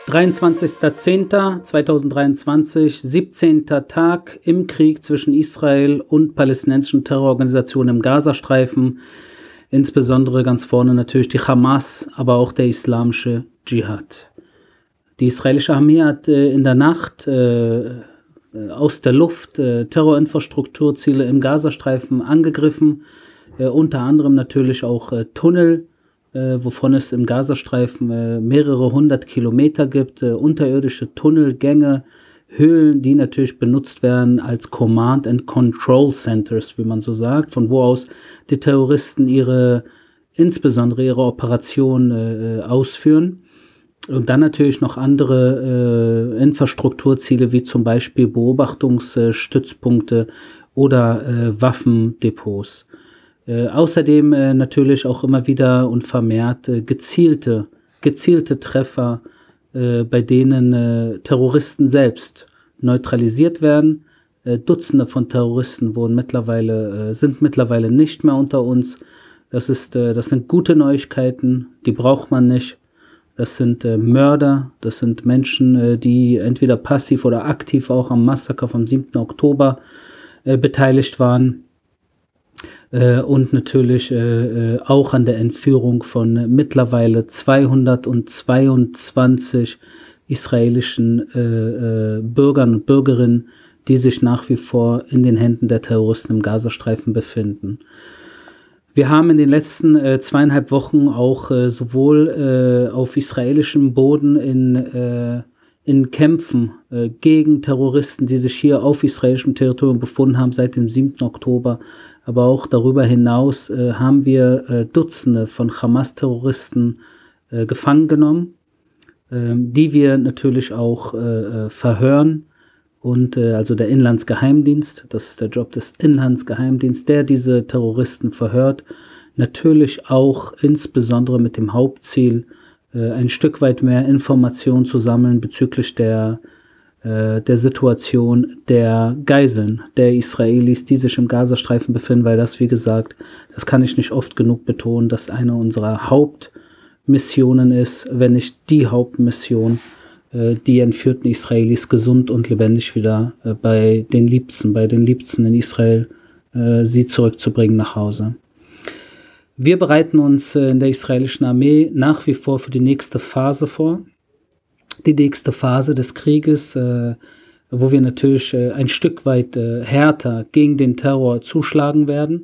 23.10.2023, 17. Tag im Krieg zwischen Israel und palästinensischen Terrororganisationen im Gazastreifen, insbesondere ganz vorne natürlich die Hamas, aber auch der islamische Dschihad. Die israelische Armee hat in der Nacht aus der Luft Terrorinfrastrukturziele im Gazastreifen angegriffen, unter anderem natürlich auch Tunnel, wovon es im Gazastreifen mehrere hundert Kilometer gibt, unterirdische Tunnelgänge, Höhlen, die natürlich benutzt werden als Command and Control Centers, wie man so sagt, von wo aus die Terroristen insbesondere ihre Operation ausführen. Und dann natürlich noch andere Infrastrukturziele, wie zum Beispiel Beobachtungsstützpunkte oder Waffendepots. Außerdem natürlich auch immer wieder und vermehrt gezielte Treffer, bei denen Terroristen selbst neutralisiert werden. Dutzende von Terroristen sind mittlerweile nicht mehr unter uns. Das sind gute Neuigkeiten, die braucht man nicht. Das sind Mörder, das sind Menschen, die entweder passiv oder aktiv auch am Massaker vom 7. Oktober beteiligt waren. Und natürlich auch an der Entführung von mittlerweile 222 israelischen Bürgern und Bürgerinnen, die sich nach wie vor in den Händen der Terroristen im Gazastreifen befinden. Wir haben in den letzten 2,5 Wochen auch sowohl auf israelischem Boden in Kämpfen gegen Terroristen, die sich hier auf israelischem Territorium befunden haben seit dem 7. Oktober, aber auch darüber hinaus haben wir Dutzende von Hamas-Terroristen gefangen genommen, die wir natürlich auch verhören. Und also der Inlandsgeheimdienst, das ist der Job des Inlandsgeheimdienstes, der diese Terroristen verhört, natürlich auch insbesondere mit dem Hauptziel, ein Stück weit mehr Informationen zu sammeln bezüglich der Situation der Geiseln, der Israelis, die sich im Gazastreifen befinden, weil das, wie gesagt, das kann ich nicht oft genug betonen, dass eine unserer Hauptmissionen ist, wenn nicht die Hauptmission, die entführten Israelis gesund und lebendig wieder bei den Liebsten in Israel, sie zurückzubringen nach Hause. Wir bereiten uns in der israelischen Armee nach wie vor für die nächste Phase vor. Die nächste Phase des Krieges, wo wir natürlich ein Stück weit härter gegen den Terror zuschlagen werden.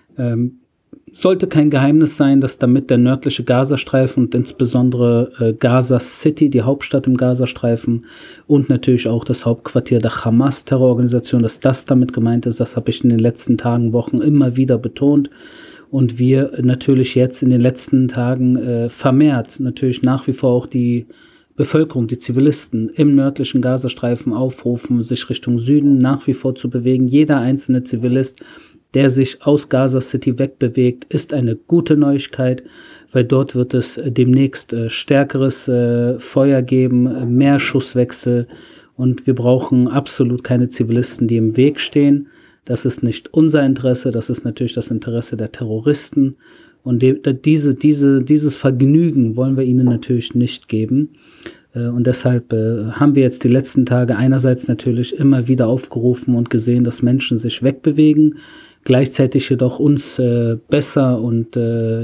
Sollte kein Geheimnis sein, dass damit der nördliche Gazastreifen und insbesondere Gaza City, die Hauptstadt im Gazastreifen und natürlich auch das Hauptquartier der Hamas-Terrororganisation, dass das damit gemeint ist, das habe ich in den letzten Tagen, Wochen immer wieder betont. Und wir natürlich jetzt in den letzten Tagen vermehrt natürlich nach wie vor auch die Bevölkerung, die Zivilisten im nördlichen Gazastreifen aufrufen, sich Richtung Süden nach wie vor zu bewegen. Jeder einzelne Zivilist, der sich aus Gaza City wegbewegt, ist eine gute Neuigkeit, weil dort wird es demnächst stärkeres Feuer geben, mehr Schusswechsel und wir brauchen absolut keine Zivilisten, die im Weg stehen. Das ist nicht unser Interesse, das ist natürlich das Interesse der Terroristen und dieses Vergnügen wollen wir ihnen natürlich nicht geben. Und deshalb haben wir jetzt die letzten Tage einerseits natürlich immer wieder aufgerufen und gesehen, dass Menschen sich wegbewegen, gleichzeitig jedoch uns besser und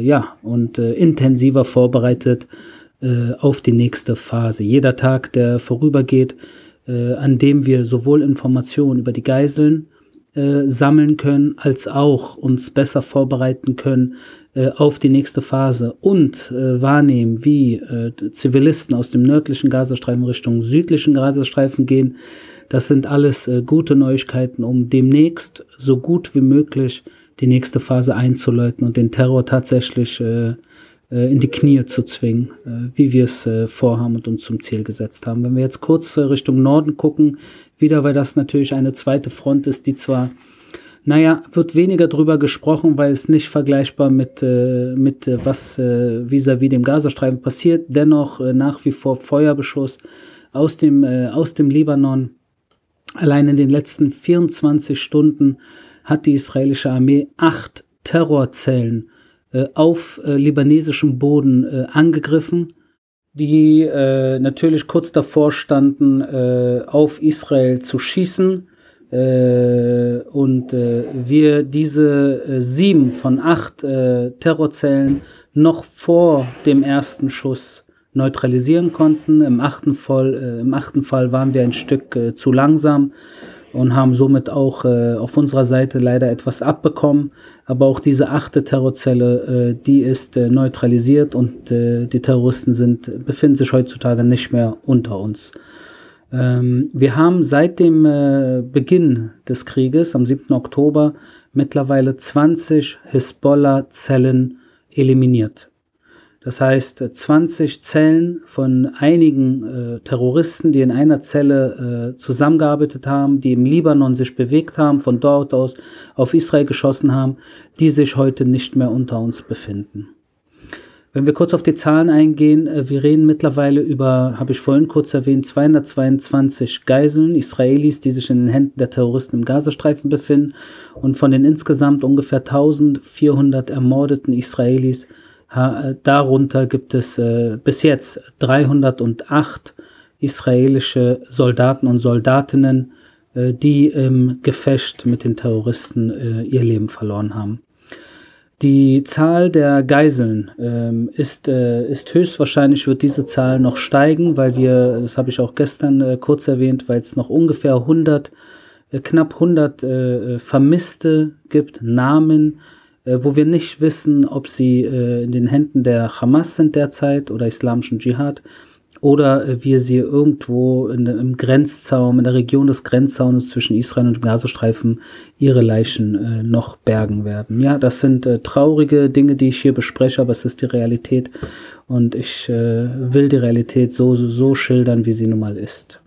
intensiver vorbereitet auf die nächste Phase. Jeder Tag, der vorübergeht, an dem wir sowohl Informationen über die Geiseln sammeln können, als auch uns besser vorbereiten können auf die nächste Phase und wahrnehmen, wie Zivilisten aus dem nördlichen Gazastreifen Richtung südlichen Gazastreifen gehen. Das sind alles gute Neuigkeiten, um demnächst so gut wie möglich die nächste Phase einzuläuten und den Terror tatsächlich in die Knie zu zwingen, wie wir es vorhaben und uns zum Ziel gesetzt haben. Wenn wir jetzt kurz Richtung Norden gucken, wieder, weil das natürlich eine zweite Front ist, die zwar, wird weniger drüber gesprochen, weil es nicht vergleichbar mit was vis-à-vis dem Gazastreifen passiert, dennoch nach wie vor Feuerbeschuss aus dem Libanon. Allein in den letzten 24 Stunden hat die israelische Armee 8 Terrorzellen auf libanesischem Boden angegriffen. die natürlich kurz davor standen, auf Israel zu schießen. Und wir diese 7 von 8 Terrorzellen noch vor dem ersten Schuss neutralisieren konnten. Im achten Fall waren wir ein Stück zu langsam und haben somit auch auf unserer Seite leider etwas abbekommen. Aber auch diese 8. Terrorzelle, die ist neutralisiert und die Terroristen befinden sich heutzutage nicht mehr unter uns. Wir haben seit dem Beginn des Krieges am 7. Oktober mittlerweile 20 Hisbollah-Zellen eliminiert. Das heißt, 20 Zellen von einigen Terroristen, die in einer Zelle zusammengearbeitet haben, die im Libanon sich bewegt haben, von dort aus auf Israel geschossen haben, die sich heute nicht mehr unter uns befinden. Wenn wir kurz auf die Zahlen eingehen, wir reden mittlerweile über, habe ich vorhin kurz erwähnt, 222 Geiseln, Israelis, die sich in den Händen der Terroristen im Gazastreifen befinden. Und von den insgesamt ungefähr 1400 ermordeten Israelis, darunter gibt es bis jetzt 308 israelische Soldaten und Soldatinnen, die im Gefecht mit den Terroristen ihr Leben verloren haben. Die Zahl der Geiseln ist höchstwahrscheinlich, wird diese Zahl noch steigen, weil das habe ich auch gestern kurz erwähnt, weil es noch ungefähr knapp 100 Vermisste gibt, Namen, wo wir nicht wissen, ob sie in den Händen der Hamas sind derzeit oder islamischen Dschihad oder wir sie irgendwo im Grenzzaun, in der Region des Grenzzaunes zwischen Israel und dem Gazastreifen ihre Leichen noch bergen werden. Ja, das sind traurige Dinge, die ich hier bespreche, aber es ist die Realität und ich will die Realität so schildern, wie sie nun mal ist.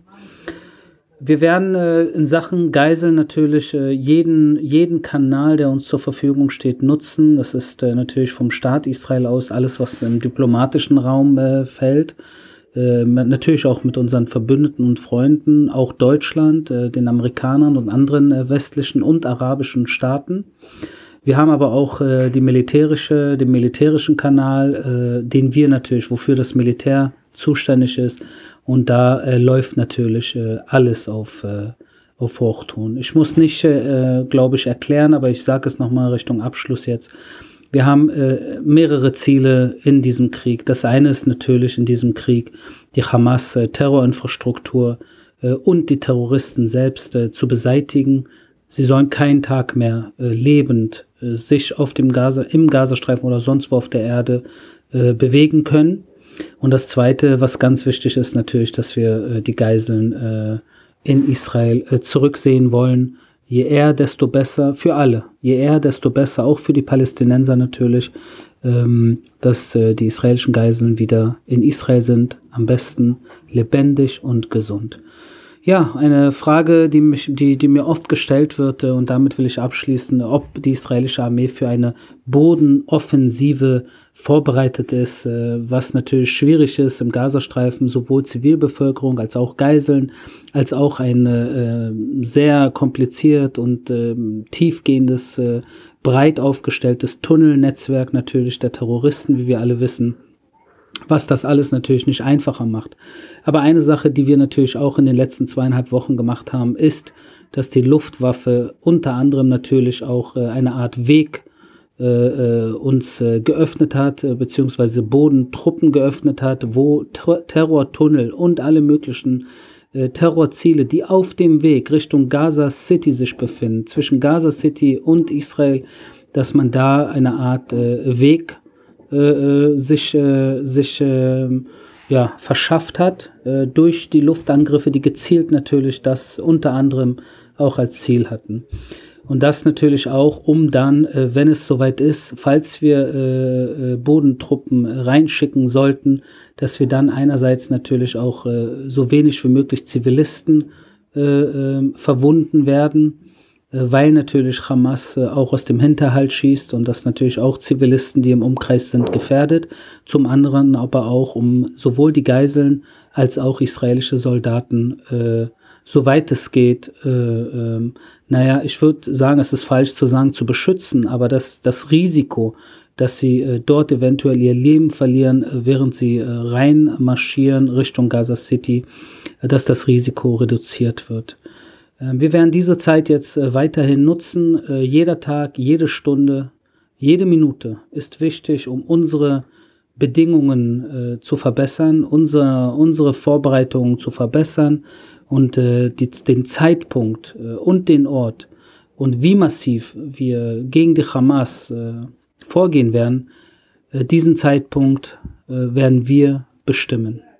Wir werden in Sachen Geiseln natürlich jeden Kanal, der uns zur Verfügung steht, nutzen. Das ist natürlich vom Staat Israel aus alles, was im diplomatischen Raum fällt. Natürlich auch mit unseren Verbündeten und Freunden, auch Deutschland, den Amerikanern und anderen westlichen und arabischen Staaten. Wir haben aber auch den militärischen Kanal, den wir natürlich, wofür das Militär zuständig ist. Und da läuft natürlich alles auf Hochtouren. Ich muss nicht, glaube ich, erklären, aber ich sage es nochmal Richtung Abschluss jetzt. Wir haben mehrere Ziele in diesem Krieg. Das eine ist natürlich in diesem Krieg die Hamas-Terrorinfrastruktur und die Terroristen selbst zu beseitigen. Sie sollen keinen Tag mehr lebend sich im Gazastreifen oder sonst wo auf der Erde bewegen können. Und das Zweite, was ganz wichtig ist, natürlich, dass wir die Geiseln in Israel zurücksehen wollen. Je eher, desto besser für alle. Je eher, desto besser, auch für die Palästinenser natürlich, dass die israelischen Geiseln wieder in Israel sind, am besten lebendig und gesund. Ja, eine Frage, die mir oft gestellt wird, und damit will ich abschließen, ob die israelische Armee für eine Bodenoffensive vorbereitet ist, was natürlich schwierig ist im Gazastreifen, sowohl Zivilbevölkerung als auch Geiseln, als auch ein sehr kompliziert und tiefgehendes, breit aufgestelltes Tunnelnetzwerk natürlich der Terroristen, wie wir alle wissen, was das alles natürlich nicht einfacher macht. Aber eine Sache, die wir natürlich auch in den letzten 2,5 Wochen gemacht haben, ist, dass die Luftwaffe unter anderem natürlich auch eine Art Weg uns geöffnet hat, beziehungsweise Bodentruppen geöffnet hat, wo Terrortunnel und alle möglichen Terrorziele, die auf dem Weg Richtung Gaza City sich befinden, zwischen Gaza City und Israel, dass man da eine Art Weg sich verschafft hat durch die Luftangriffe, die gezielt natürlich das unter anderem auch als Ziel hatten. Und das natürlich auch, um dann, wenn es soweit ist, falls wir Bodentruppen reinschicken sollten, dass wir dann einerseits natürlich auch so wenig wie möglich Zivilisten verwunden werden, weil natürlich Hamas auch aus dem Hinterhalt schießt und das natürlich auch Zivilisten, die im Umkreis sind, gefährdet. Zum anderen aber auch, um sowohl die Geiseln als auch israelische Soldaten, soweit es geht, ich würde sagen, es ist falsch zu sagen, zu beschützen, aber das Risiko dass sie dort eventuell ihr Leben verlieren, während sie reinmarschieren Richtung Gaza City, dass das Risiko reduziert wird. Wir werden diese Zeit jetzt weiterhin nutzen. Jeder Tag, jede Stunde, jede Minute ist wichtig, um unsere Bedingungen zu verbessern, unsere Vorbereitungen zu verbessern und den Zeitpunkt und den Ort und wie massiv wir gegen die Hamas vorgehen werden, diesen Zeitpunkt werden wir bestimmen.